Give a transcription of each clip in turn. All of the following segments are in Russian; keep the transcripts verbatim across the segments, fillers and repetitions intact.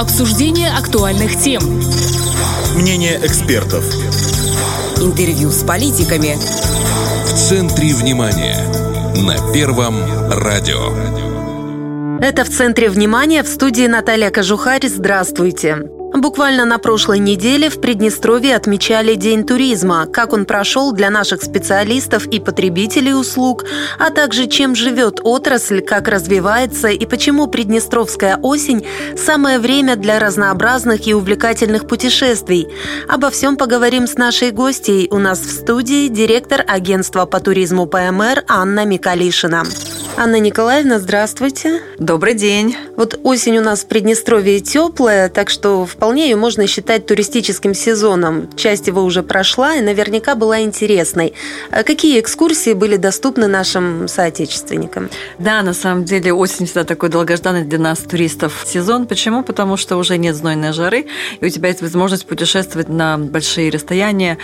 Обсуждение актуальных тем. Мнение экспертов. Интервью с политиками. В центре внимания. На Первом радио. Это «В центре внимания», в студии Наталья Кожухарь. Здравствуйте. Буквально на прошлой неделе в Приднестровье отмечали День туризма. Как он прошел для наших специалистов и потребителей услуг, а также чем живет отрасль, как развивается и почему приднестровская осень – самое время для разнообразных и увлекательных путешествий. Обо всем поговорим с нашей гостьей. У нас в студии директор агентства по туризму ПМР Анна Микалишина. Анна Николаевна, здравствуйте. Добрый день. Вот осень у нас в Приднестровье теплая, так что вполне ее можно считать туристическим сезоном. Часть его уже прошла и наверняка была интересной. А какие экскурсии были доступны нашим соотечественникам? Да, на самом деле осень всегда такой долгожданный для нас, туристов, сезон. Почему? Потому что уже нет знойной жары, и у тебя есть возможность путешествовать на большие расстояния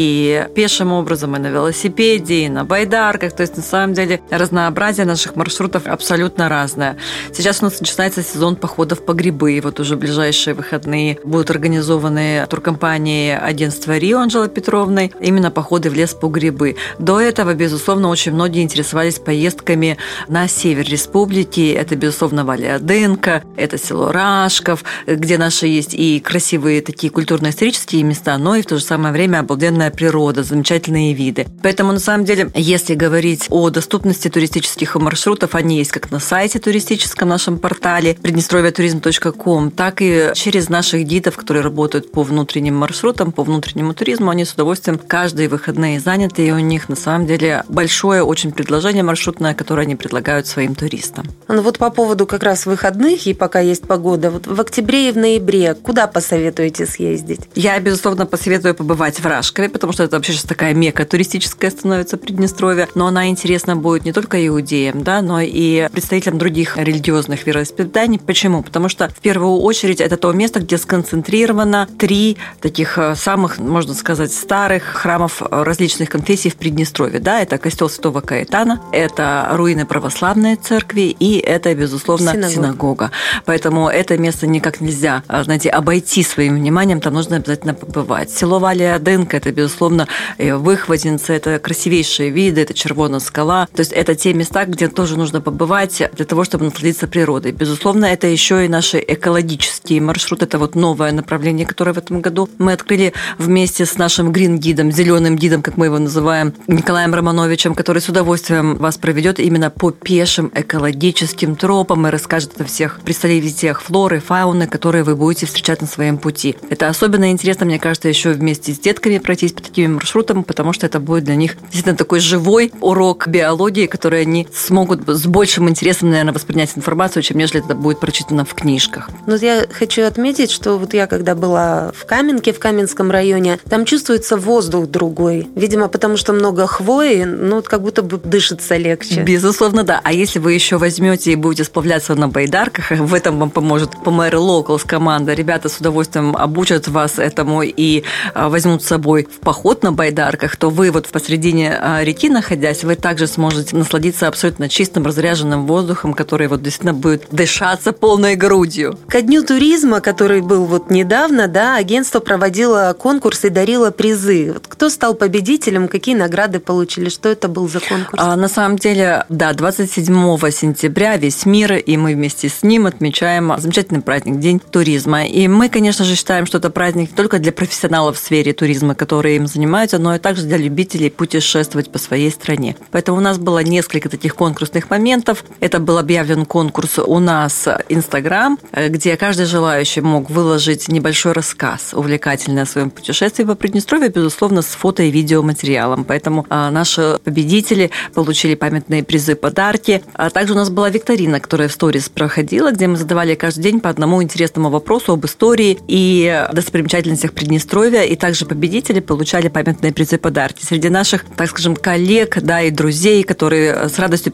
и пешим образом, и на велосипеде, и на байдарках. То есть, на самом деле, разнообразие наших маршрутов абсолютно разное. Сейчас у нас начинается сезон походов по грибы. И вот уже в ближайшие выходные будут организованы туркомпанией агентства Рио Анжелы Петровны именно походы в лес по грибы. До этого, безусловно, очень многие интересовались поездками на север республики. Это, безусловно, Валиаденко, это село Рашков, где наши есть и красивые такие культурно-исторические места, но и в то же самое время обалденная природа, замечательные виды. Поэтому, на самом деле, если говорить о доступности туристических маршрутов, они есть как на сайте туристическом нашем портале приднестровье туризм точка ком, так и через наших гидов, которые работают по внутренним маршрутам, по внутреннему туризму. Они с удовольствием каждые выходные заняты, и у них на самом деле большое очень предложение маршрутное, которое они предлагают своим туристам. Ну вот по поводу как раз выходных, и пока есть погода, вот в октябре и в ноябре куда посоветуете съездить? Я, безусловно, посоветую побывать в Рашкове, потому что это вообще сейчас такая мекка туристическая становится Приднестровье, но она интересна будет не только иудеям, да, но и представителям других религиозных вероисповеданий. Почему? Потому что в первую очередь это то место, где сконцентрировано три таких самых, можно сказать, старых храмов различных конфессий в Приднестровье. Да, это костел Святого Каэтана, это руины православной церкви и это, безусловно, синагога. синагога. Поэтому это место никак нельзя, знаете, обойти своим вниманием, там нужно обязательно побывать. Село Валиаденко – это, безусловно, Выхватинцы, это красивейшие виды, это Червона скала. То есть это те места, где тоже нужно побывать для того, чтобы насладиться природой. Безусловно, это еще и наши экологические маршруты. Это вот новое направление, которое в этом году мы открыли вместе с нашим грин-гидом, зеленым гидом, как мы его называем, Николаем Романовичем, который с удовольствием вас проведет именно по пешим экологическим тропам и расскажет о всех представителях флоры, фауны, которые вы будете встречать на своем пути. Это особенно интересно, мне кажется, еще вместе с детками пройтись по таким маршрутам, потому что это будет для них действительно такой живой урок биологии, который они смогут с большим интересом, наверное, воспринять информацию, чем нежели это будет прочитано в книжках. Но я хочу отметить, что вот я когда была в Каменке, в Каменском районе, там чувствуется воздух другой. Видимо, потому что много хвои, ну, как будто бы дышится легче. Безусловно, да. А если вы еще возьмете и будете сплавляться на байдарках, в этом вам поможет ПМР Locals команда. Ребята с удовольствием обучат вас этому и возьмут с собой в поход на байдарках, то вы вот посредине реки находясь, вы также сможете насладиться абсолютно чистым, разряженным воздухом, который вот действительно будет дышаться полной грудью. Ко дню туризма, который был вот недавно, да, агентство проводило конкурс и дарило призы. Вот кто стал победителем, какие награды получили, что это был за конкурс? А, на самом деле, да, двадцать седьмого сентября весь мир, и мы вместе с ним отмечаем замечательный праздник, День туризма. И мы, конечно же, считаем, что это праздник не только для профессионалов в сфере туризма, которые им занимаются, но и также для любителей путешествовать по своей стране. Поэтому у нас было несколько таких конкурсных моментов. Это был объявлен конкурс у нас Инстаграм, где каждый желающий мог выложить небольшой рассказ увлекательный о своем путешествии по Приднестровью, безусловно, с фото и видеоматериалом. Поэтому наши победители получили памятные призы, подарки. А также у нас была викторина, которая в сторис проходила, где мы задавали каждый день по одному интересному вопросу об истории и достопримечательностях Приднестровья. И также победители получали памятные призы, подарки. Среди наших, так скажем, коллег, да, и друзей, которые с радостью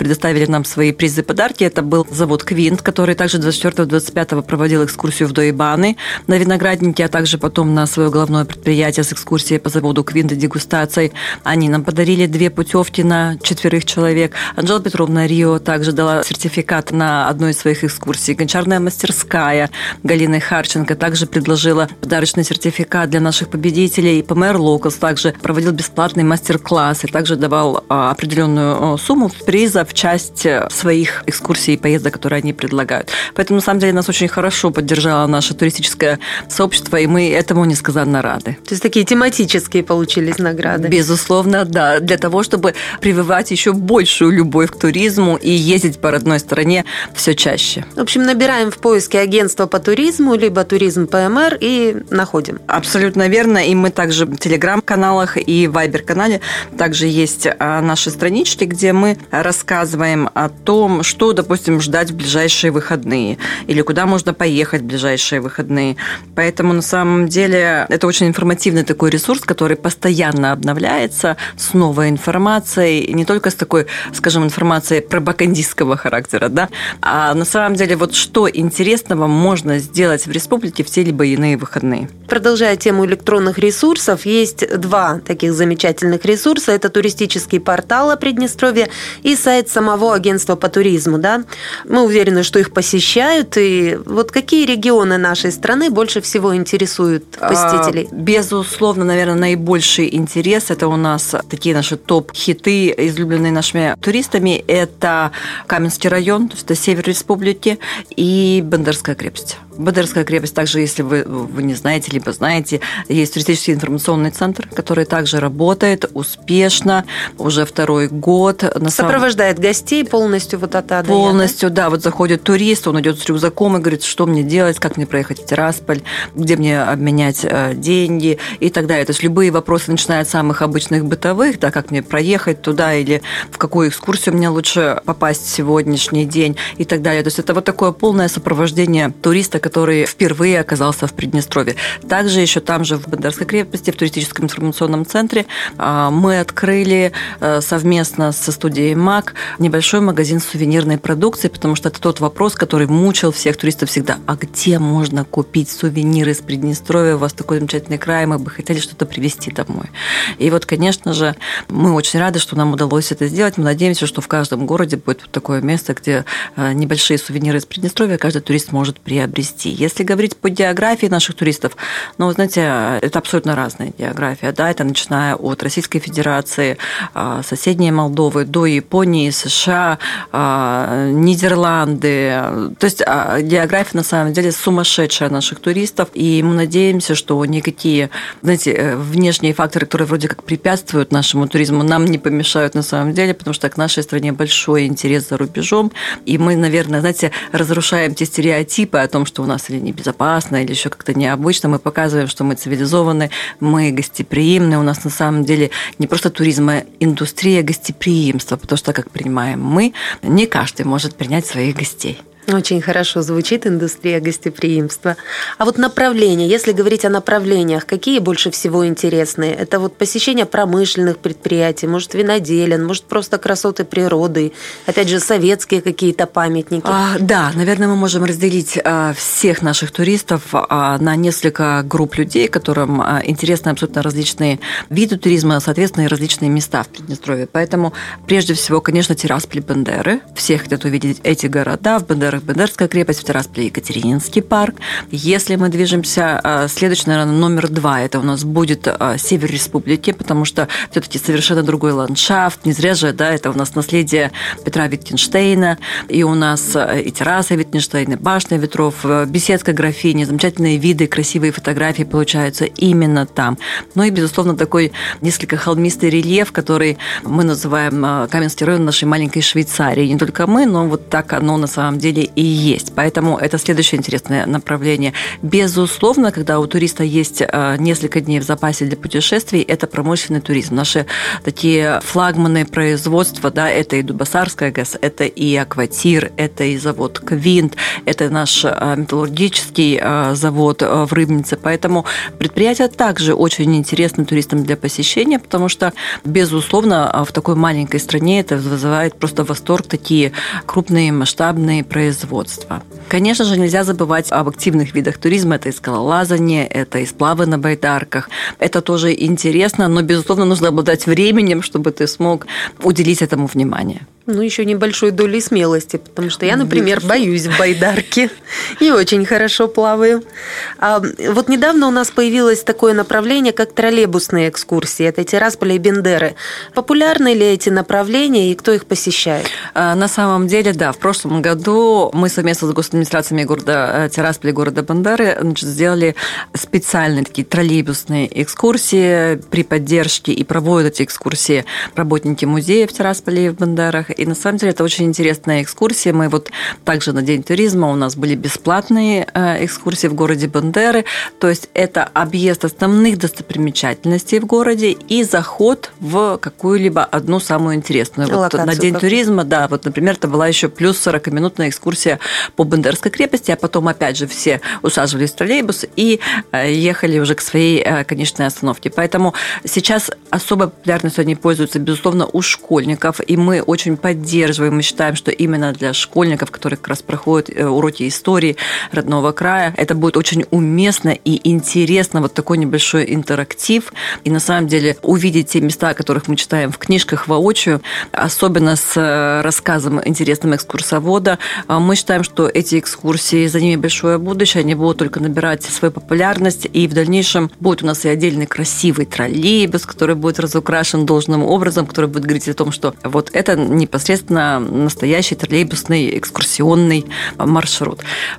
предоставили нам свои призы и подарки. Это был завод «Квинт», который также двадцать четвёртого — двадцать пятого проводил экскурсию в Дойбаны на винограднике, а также потом на свое головное предприятие с экскурсией по заводу «Квинт» и дегустацией. Они нам подарили две путевки на четверых человек. Анжела Петровна Рио также дала сертификат на одной из своих экскурсий. Гончарная мастерская Галины Харченко также предложила подарочный сертификат для наших победителей. И ПМР Локалс также проводил бесплатный мастер-класс и также давал определенную сумму приза в часть своих экскурсий и поездок, которые они предлагают. Поэтому, на самом деле, нас очень хорошо поддержало наше туристическое сообщество, и мы этому несказанно рады. То есть такие тематические получились награды? Безусловно, да. Для того, чтобы прививать еще большую любовь к туризму и ездить по родной стране все чаще. В общем, набираем в поиске агентство по туризму, либо туризм ПМР и находим. Абсолютно верно. И мы также в телеграм-каналах и вайбер-канале также есть наши странички, где мы рассказываем о том, что, допустим, ждать в ближайшие выходные или куда можно поехать в ближайшие выходные. Поэтому, на самом деле, это очень информативный такой ресурс, который постоянно обновляется с новой информацией, не только с такой, скажем, информацией пропагандистского характера, да, а на самом деле вот что интересного можно сделать в республике в те либо иные выходные. Продолжая тему электронных ресурсов, есть два таких замечательных ресурса. Это туристический портал о Приднестровье и сайт самого агентства по туризму. Да? Мы уверены, что их посещают. И вот какие регионы нашей страны больше всего интересуют посетителей? А, безусловно, наверное, наибольший интерес – это у нас такие наши топ-хиты, излюбленные нашими туристами. Это Каменский район, то есть это север республики, и Бендерская крепость. Бендерская крепость также, если вы, вы не знаете, либо знаете, есть туристический информационный центр, который также работает успешно уже второй год. На Сопровождает самом... гостей полностью вот от А до Я. Полностью, да? да. Вот заходит турист, он идет с рюкзаком и говорит, что мне делать, как мне проехать в Тирасполь, где мне обменять деньги и так далее. То есть любые вопросы, начиная от самых обычных бытовых, да, как мне проехать туда или в какую экскурсию мне лучше попасть в сегодняшний день и так далее. То есть это вот такое полное сопровождение туриста, который впервые оказался в Приднестровье. Также еще там же в Бендерской крепости, в туристическом информационном центре, мы открыли совместно со студией МАК небольшой магазин сувенирной продукции, потому что это тот вопрос, который мучил всех туристов всегда. А где можно купить сувениры из Приднестровья? У вас такой замечательный край, мы бы хотели что-то привезти домой. И вот, конечно же, мы очень рады, что нам удалось это сделать. Мы надеемся, что в каждом городе будет вот такое место, где небольшие сувениры из Приднестровья каждый турист может приобрести. Если говорить по географии наших туристов, ну, вы знаете, это абсолютно разная география. Да, это начиная от Российской Федерации, соседней Молдовы, до Японии, США, Нидерланды. То есть география, на самом деле, сумасшедшая наших туристов. И мы надеемся, что никакие, знаете, внешние факторы, которые вроде как препятствуют нашему туризму, нам не помешают на самом деле, потому что к нашей стране большой интерес за рубежом. И мы, наверное, знаете, разрушаем те стереотипы о том, что у нас или небезопасно, или еще как-то необычно. Мы показываем, что мы цивилизованы, мы гостеприимны. У нас на самом деле не просто туризм, а индустрия гостеприимства, потому что, как принимаем мы, не каждый может принять своих гостей. Очень хорошо звучит индустрия гостеприимства. А вот направления, если говорить о направлениях, какие больше всего интересны? Это вот посещение промышленных предприятий, может, виноделен, может, просто красоты природы, опять же, советские какие-то памятники? А, да, наверное, мы можем разделить а, всех наших туристов а, на несколько групп людей, которым а, интересны абсолютно различные виды туризма, соответственно, и различные места в Приднестровье. Поэтому, прежде всего, конечно, Тирасполь, Бендеры. Все хотят увидеть эти города. В Бендерах Бендерская крепость, в Тирасполе Екатерининский парк. Если мы движемся, следующий, наверное, номер два, это у нас будет север республики, потому что все-таки совершенно другой ландшафт. Не зря же, да, это у нас наследие Петра Виттгенштейна, и у нас и терраса Виттгенштейна, башня ветров, беседка графини, замечательные виды, красивые фотографии получаются именно там. Ну и, безусловно, такой несколько холмистый рельеф, который мы называем Каменский район нашей маленькой Швейцарии. Не только мы, но вот так оно на самом деле городе и есть. Поэтому это следующее интересное направление. Безусловно, когда у туриста есть несколько дней в запасе для путешествий, это промышленный туризм. Наши такие флагманы производства, да, это и Дубасарская ГЭС, это и Акватир, это и завод Квинт, это наш металлургический завод в Рыбнице. Поэтому предприятие также очень интересно туристам для посещения, потому что, безусловно, в такой маленькой стране это вызывает просто восторг, такие крупные масштабные производства. Конечно же, нельзя забывать об активных видах туризма. Это и скалолазание, это и сплавы на байдарках. Это тоже интересно, но, безусловно, нужно обладать временем, чтобы ты смог уделить этому внимание. Ну, еще небольшой долей смелости, потому что я, например, боюсь в байдарке и очень хорошо плаваю. А вот недавно у нас появилось такое направление, как троллейбусные экскурсии. Это Тирасполь и Бендеры. Популярны ли эти направления и кто их посещает? На самом деле, да. В прошлом году мы совместно с госадминистрациями города Тирасполя и города Бендеры, значит, сделали специальные такие троллейбусные экскурсии при поддержке, и проводят эти экскурсии работники музея в Тирасполе и в Бендерах. И на самом деле это очень интересная экскурсия. Мы вот также на День туризма у нас были бесплатные экскурсии в городе Бендеры. То есть это объезд основных достопримечательностей в городе и заход в какую-либо одну самую интересную. Вот на День туризма, да, вот, например, это была еще плюс сорокаминутная экскурсия по Бендерской крепости, а потом опять же все усаживались в троллейбус и ехали уже к своей конечной остановке. Поэтому сейчас особой популярностью они пользуются, безусловно, у школьников, и мы очень поддерживаем. Мы считаем, что именно для школьников, которые как раз проходят уроки истории родного края, это будет очень уместно и интересно, вот такой небольшой интерактив. И на самом деле увидеть те места, о которых мы читаем в книжках воочию, особенно с рассказом интересным экскурсовода, мы считаем, что эти экскурсии, за ними большое будущее, они будут только набирать свою популярность, и в дальнейшем будет у нас и отдельный красивый троллейбус, который будет разукрашен должным образом, который будет говорить о том, что вот это непосредственно настоящий троллейбусный экскурсионный маршрут.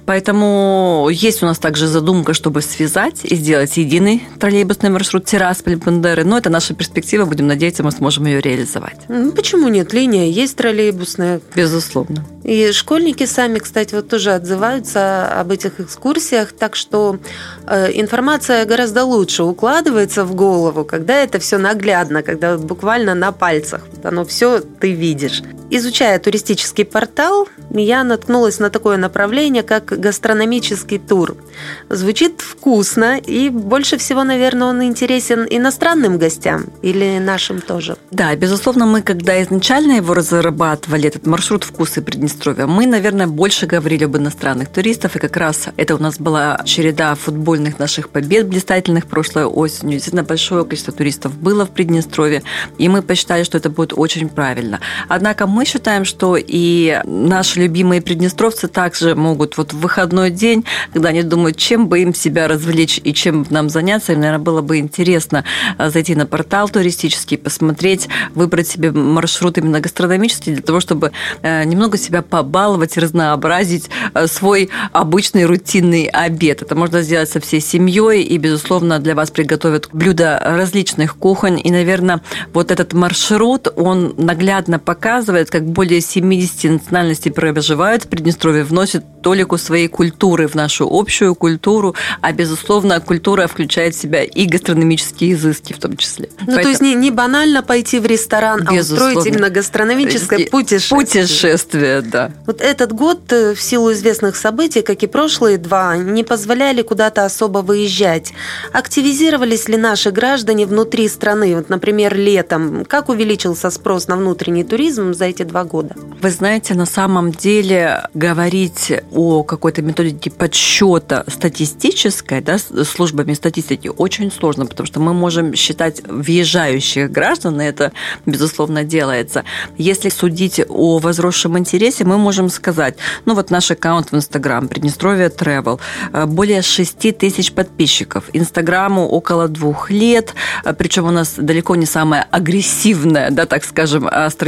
Поэтому есть у нас также задумка, чтобы связать и сделать единый троллейбусный маршрут Тирасполь-Бендеры, но это наша перспектива, будем надеяться, мы сможем ее реализовать. Почему нет? Линия есть троллейбусная. Безусловно. И школьники сами, кстати, вот тоже отзываются об этих экскурсиях, так что э, информация гораздо лучше укладывается в голову, когда это все наглядно, когда буквально на пальцах, оно все ты видишь. Изучая туристический портал, я наткнулась на такое направление, как гастрономический тур. Звучит вкусно, и больше всего, наверное, он интересен иностранным гостям или нашим тоже. Да, безусловно, мы, когда изначально его разрабатывали, этот маршрут «Вкусы Приднестровья», мы, наверное, больше говорили об иностранных туристов, и как раз это у нас была череда футбольных наших побед блистательных прошлой осенью. Действительно, большое количество туристов было в Приднестровье, и мы посчитали, что это будет очень правильно. Однако мы считаем, что и наши любимые приднестровцы также могут вот в выходной день, когда они думают, чем бы им себя развлечь и чем нам заняться, им, наверное, было бы интересно зайти на портал туристический, посмотреть, выбрать себе маршрут именно гастрономический для того, чтобы немного себя побаловать, разнообразить свой обычный рутинный обед. Это можно сделать со всей семьей, и, безусловно, для вас приготовят блюда различных кухонь. И, наверное, вот этот маршрут, он наглядно показывает, как более семидесяти национальностей проживают в Приднестровье, вносят толику своей культуры в нашу общую культуру, а, безусловно, культура включает в себя и гастрономические изыски в том числе. Ну, Поэтому... то есть не, не банально пойти в ресторан, безусловно, а устроить именно гастрономическое путешествие. Путешествие, да. Вот этот год в силу известных событий, как и прошлые два, не позволяли куда-то особо выезжать. Активизировались ли наши граждане внутри страны? Вот, например, летом. Как увеличился спрос на внутренний туризм за эти два года? Вы знаете, на самом деле говорить о какой-то методике подсчета статистической, да, службами статистики очень сложно, потому что мы можем считать въезжающих граждан, и это, безусловно, делается. Если судить о возросшем интересе, мы можем сказать, ну вот наш аккаунт в Инстаграм, Приднестровье Travel, более шести тысяч подписчиков. Инстаграму около двух лет, причем у нас далеко не самая агрессивная, да, так скажем, страничка,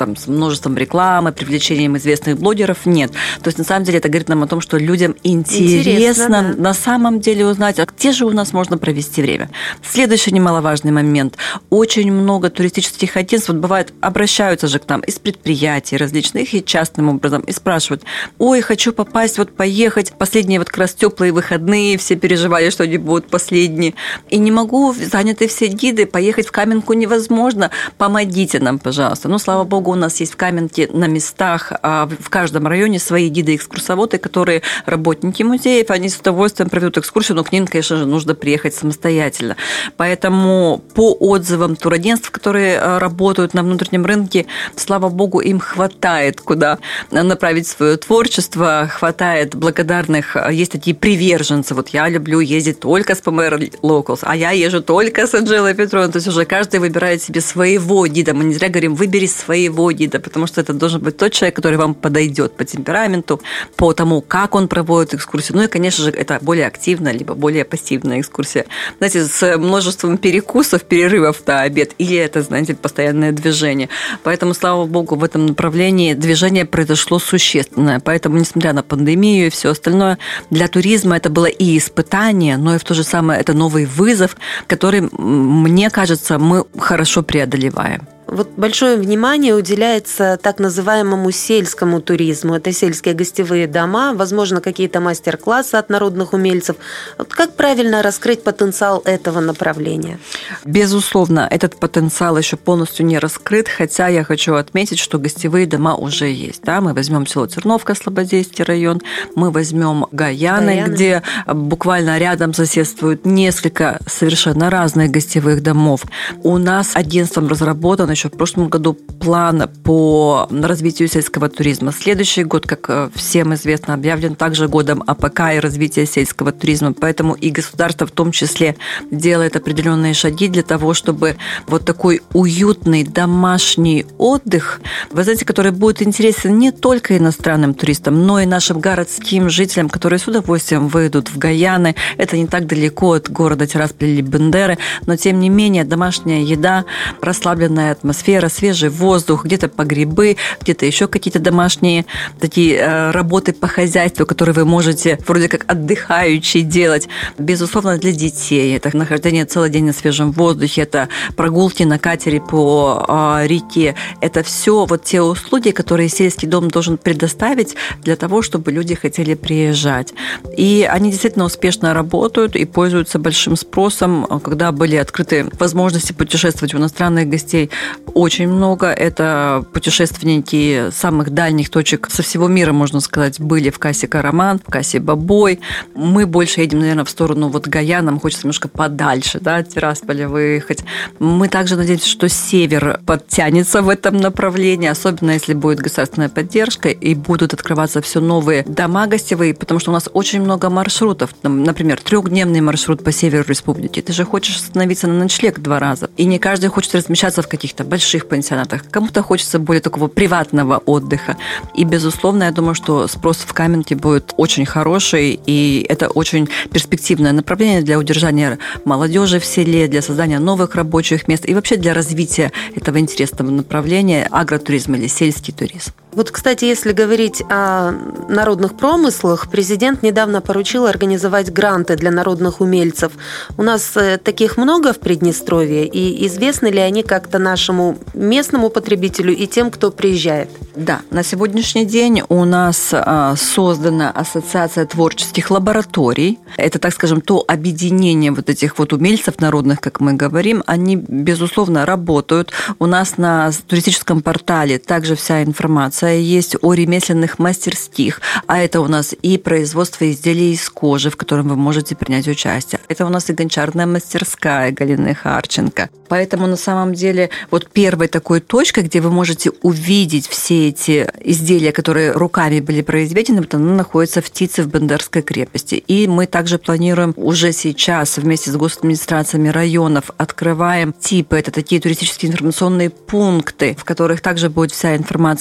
там, с множеством рекламы, привлечением известных блогеров. Нет. То есть, на самом деле, это говорит нам о том, что людям интересно, интересно да. на самом деле узнать, а где же у нас можно провести время. Следующий немаловажный момент. Очень много туристических агентств, вот бывает, обращаются же к нам из предприятий различных и частным образом, и спрашивают, ой, хочу попасть, вот поехать. Последние вот как раз теплые выходные, все переживали, что они будут последние. И не могу, заняты все гиды, поехать в Каменку невозможно. Помогите нам, пожалуйста. Ну, слава богу, у нас есть в Каменке на местах, в каждом районе свои гиды-экскурсоводы, которые работники музеев, они с удовольствием проведут экскурсию, но к ним, конечно же, нужно приехать самостоятельно. Поэтому по отзывам турагентств, которые работают на внутреннем рынке, слава богу, им хватает, куда направить свое творчество, хватает благодарных. Есть такие приверженцы. Вот я люблю ездить только с пэ эм эр Locals, а я езжу только с Анжелой Петровной. То есть уже каждый выбирает себе своего гида. Мы не зря говорим, выбери своего гида, потому что это должен быть тот человек, который вам подойдет по темпераменту, по тому, как он проводит экскурсию. Ну и, конечно же, это более активная, либо более пассивная экскурсия. Знаете, с множеством перекусов, перерывов на обед, или это, знаете, постоянное движение. Поэтому, слава богу, в этом направлении движение произошло существенное. Поэтому, несмотря на пандемию и все остальное, для туризма это было и испытание, но и в то же самое это новый вызов, который, мне кажется, мы хорошо преодолеваем. Вот большое внимание уделяется так называемому сельскому туризму. Это сельские гостевые дома, возможно, какие-то мастер-классы от народных умельцев. Вот как правильно раскрыть потенциал этого направления? Безусловно, этот потенциал еще полностью не раскрыт, хотя я хочу отметить, что гостевые дома уже есть. Да? Мы возьмем село Терновка, Слободейский район, мы возьмем Гаяны, Гаяны, где буквально рядом соседствуют несколько совершенно разных гостевых домов. У нас агентством разработан еще в прошлом году план по развитию сельского туризма. Следующий год, как всем известно, объявлен также годом а пэ ка и развития сельского туризма. Поэтому и государство в том числе делает определенные шаги для того, чтобы вот такой уютный домашний отдых, вы знаете, который будет интересен не только иностранным туристам, но и нашим городским жителям, которые с удовольствием выйдут в Гаяны. Это не так далеко от города Тирасполь или Бендеры, но тем не менее домашняя еда, расслабленная атмосфера, свежий воздух, где-то погребы, где-то еще какие-то домашние такие э, работы по хозяйству, которые вы можете вроде как отдыхающие делать. Безусловно, для детей. Это нахождение целый день на свежем воздухе, это прогулки на катере по э, реке. Это все вот те услуги, которые сельский дом должен предоставить для того, чтобы люди хотели приезжать. И они действительно успешно работают и пользуются большим спросом. Когда были открыты возможности путешествовать у иностранных гостей, очень много. Это путешественники самых дальних точек со всего мира, можно сказать, были в Кассе Караман, в Кассе Бабой. Мы больше едем, наверное, в сторону вот Гаян, нам хочется немножко подальше, да, от Тирасполя выехать. Мы также надеемся, что север подтянется в этом направлении, особенно если будет государственная поддержка и будут открываться все новые дома гостевые, потому что у нас очень много маршрутов. Например, трехдневный маршрут по северу республики. Ты же хочешь остановиться на ночлег два раза. И не каждый хочет размещаться в каких-то больших пансионатах. Кому-то хочется более такого приватного отдыха. И, безусловно, я думаю, что спрос в Каменке будет очень хороший, и это очень перспективное направление для удержания молодежи в селе, для создания новых рабочих мест и вообще для развития этого интересного направления агротуризма или сельский туризм. Вот, кстати, если говорить о народных промыслах, президент недавно поручил организовать гранты для народных умельцев. У нас таких много в Приднестровье, и известны ли они как-то нашему местному потребителю и тем, кто приезжает? Да, на сегодняшний день у нас создана Ассоциация творческих лабораторий. Это, так скажем, то объединение вот этих вот умельцев народных, как мы говорим, они, безусловно, работают. У нас на туристическом портале также вся информация есть о ремесленных мастерских, а это у нас и производство изделий из кожи, в котором вы можете принять участие. Это у нас и гончарная мастерская Галины Харченко. Поэтому на самом деле вот первой такой точкой, где вы можете увидеть все эти изделия, которые руками были произведены, вот она находится в Тице, в Бендерской крепости. И мы также планируем уже сейчас вместе с госадминистрациями районов открываем типы, это такие туристические информационные пункты, в которых также будет вся информация доступна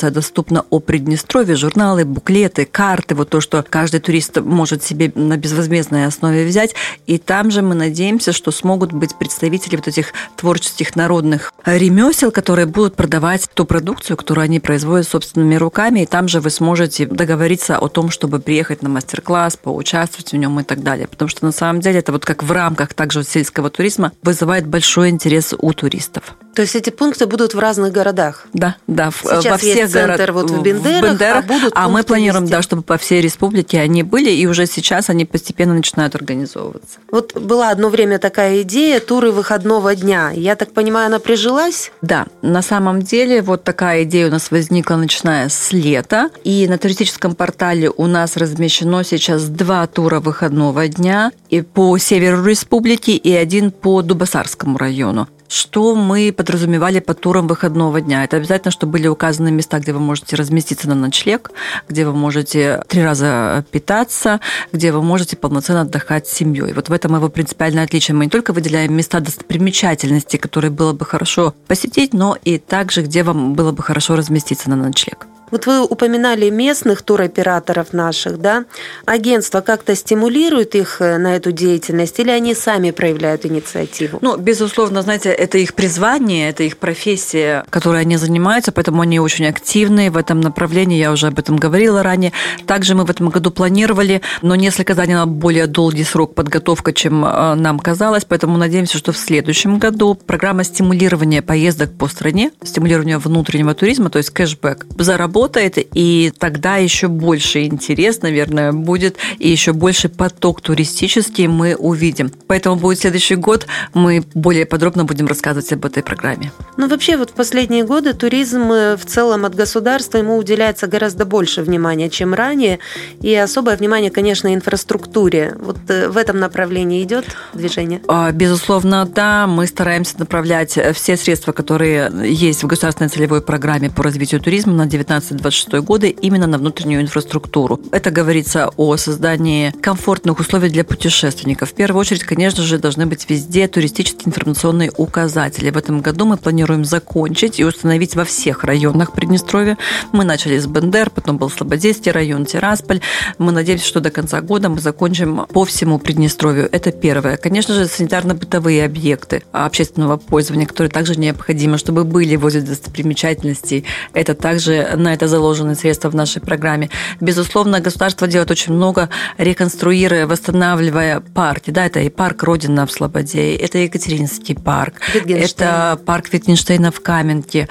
доступно о Приднестровье, журналы, буклеты, карты, вот то, что каждый турист может себе на безвозмездной основе взять. И там же мы надеемся, что смогут быть представители вот этих творческих народных ремесел, которые будут продавать ту продукцию, которую они производят собственными руками. И там же вы сможете договориться о том, чтобы приехать на мастер-класс, поучаствовать в нем и так далее. Потому что на самом деле это вот как в рамках также сельского туризма вызывает большой интерес у туристов. То есть эти пункты будут в разных городах? Да, да. Сейчас во всех есть центр город... вот в Бендерах, в Бендерах, а будут а мы планируем, везде. да, чтобы по всей республике они были, и уже сейчас они постепенно начинают организовываться. Вот была одно время такая идея туры выходного дня. Я так понимаю, она прижилась? Да, на самом деле вот такая идея у нас возникла, начиная с лета, и на туристическом портале у нас размещено сейчас два тура выходного дня и по северу республики, и один по Дубасарскому району. Что мы подразумевали под туром выходного дня? Это обязательно, чтобы были указаны места, где вы можете разместиться на ночлег, где вы можете три раза питаться, где вы можете полноценно отдыхать с семьей. Вот в этом его принципиальное отличие. Мы не только выделяем места достопримечательностей, которые было бы хорошо посетить, но и также, где вам было бы хорошо разместиться на ночлег. Вот вы упоминали местных туроператоров наших, да? Агентство как-то стимулирует их на эту деятельность или они сами проявляют инициативу? Ну, безусловно, знаете, это их призвание, это их профессия, которой они занимаются, поэтому они очень активны в этом направлении, я уже об этом говорила ранее. Также мы в этом году планировали, но несколько заняла более долгий срок подготовка, чем нам казалось, поэтому надеемся, что в следующем году программа стимулирования поездок по стране, стимулирования внутреннего туризма, то есть кэшбэк, заработает, и тогда еще больше интерес, наверное, будет, и еще больше поток туристический мы увидим. Поэтому будет следующий год, мы более подробно будем рассказывать об этой программе. Ну, вообще, вот в последние годы туризм в целом от государства ему уделяется гораздо больше внимания, чем ранее, и особое внимание, конечно, инфраструктуре. Вот в этом направлении идет движение? Безусловно, да. Мы стараемся направлять все средства, которые есть в государственной целевой программе по развитию туризма на девятнадцатый двадцать шестой годы именно на внутреннюю инфраструктуру. Это говорится о создании комфортных условий для путешественников. В первую очередь, конечно же, должны быть везде туристические информационные указатели. В этом году мы планируем закончить и установить во всех районах Приднестровья. Мы начали с Бендер, потом был Слободейский район, Тирасполь. Мы надеемся, что до конца года мы закончим по всему Приднестровью. Это первое. Конечно же, санитарно-бытовые объекты общественного пользования, которые также необходимы, чтобы были возле достопримечательностей. Это также на это заложены средства в нашей программе. Безусловно, государство делает очень много, реконструируя, восстанавливая парки. Да, это и парк Родина в Слободе, это Екатеринский парк, это парк Витгенштейна в Каменке,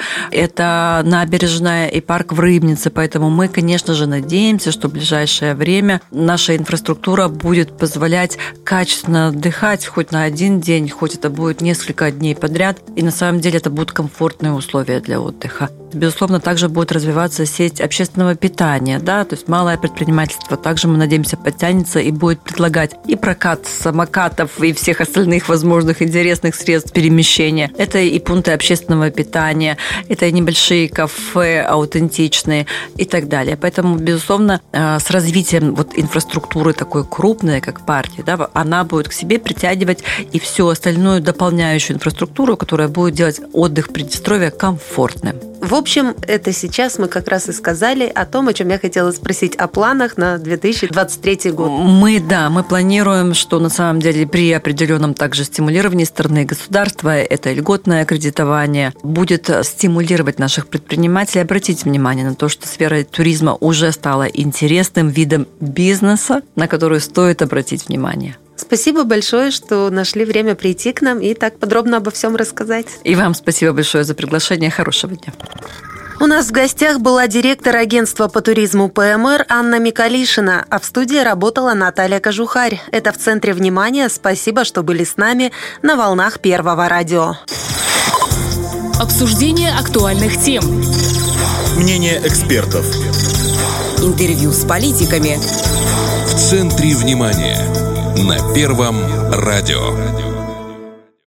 это набережная и парк в Рыбнице. Поэтому мы, конечно же, надеемся, что в ближайшее время наша инфраструктура будет позволять качественно отдыхать хоть на один день, хоть это будет несколько дней подряд. И на самом деле это будут комфортные условия для отдыха. Безусловно, также будет развиваться сеть общественного питания, да, то есть малое предпринимательство. Также, мы надеемся, подтянется и будет предлагать и прокат самокатов, и всех остальных возможных интересных средств перемещения. Это и пункты общественного питания, это и небольшие кафе аутентичные и так далее. Поэтому, безусловно, с развитием вот инфраструктуры такой крупной, как парки, да, она будет к себе притягивать и всю остальную дополняющую инфраструктуру, которая будет делать отдых Приднестровья комфортным. В общем, это сейчас мы как раз и сказали о том, о чем я хотела спросить, о планах на две тысячи двадцать третий год. Мы, да, мы планируем, что на самом деле при определенном также стимулировании стороны государства, это льготное кредитование, будет стимулировать наших предпринимателей. Обратите внимание на то, что сфера туризма уже стала интересным видом бизнеса, на который стоит обратить внимание. Спасибо большое, что нашли время прийти к нам и так подробно обо всем рассказать. И вам спасибо большое за приглашение. Хорошего дня. У нас в гостях была директор агентства по туризму ПМР Анна Микалишина, а в студии работала Наталья Кожухарь. Это в центре внимания. Спасибо, что были с нами на волнах Первого радио. Обсуждение актуальных тем. Мнение экспертов. Интервью с политиками. В центре внимания. На Первом радио.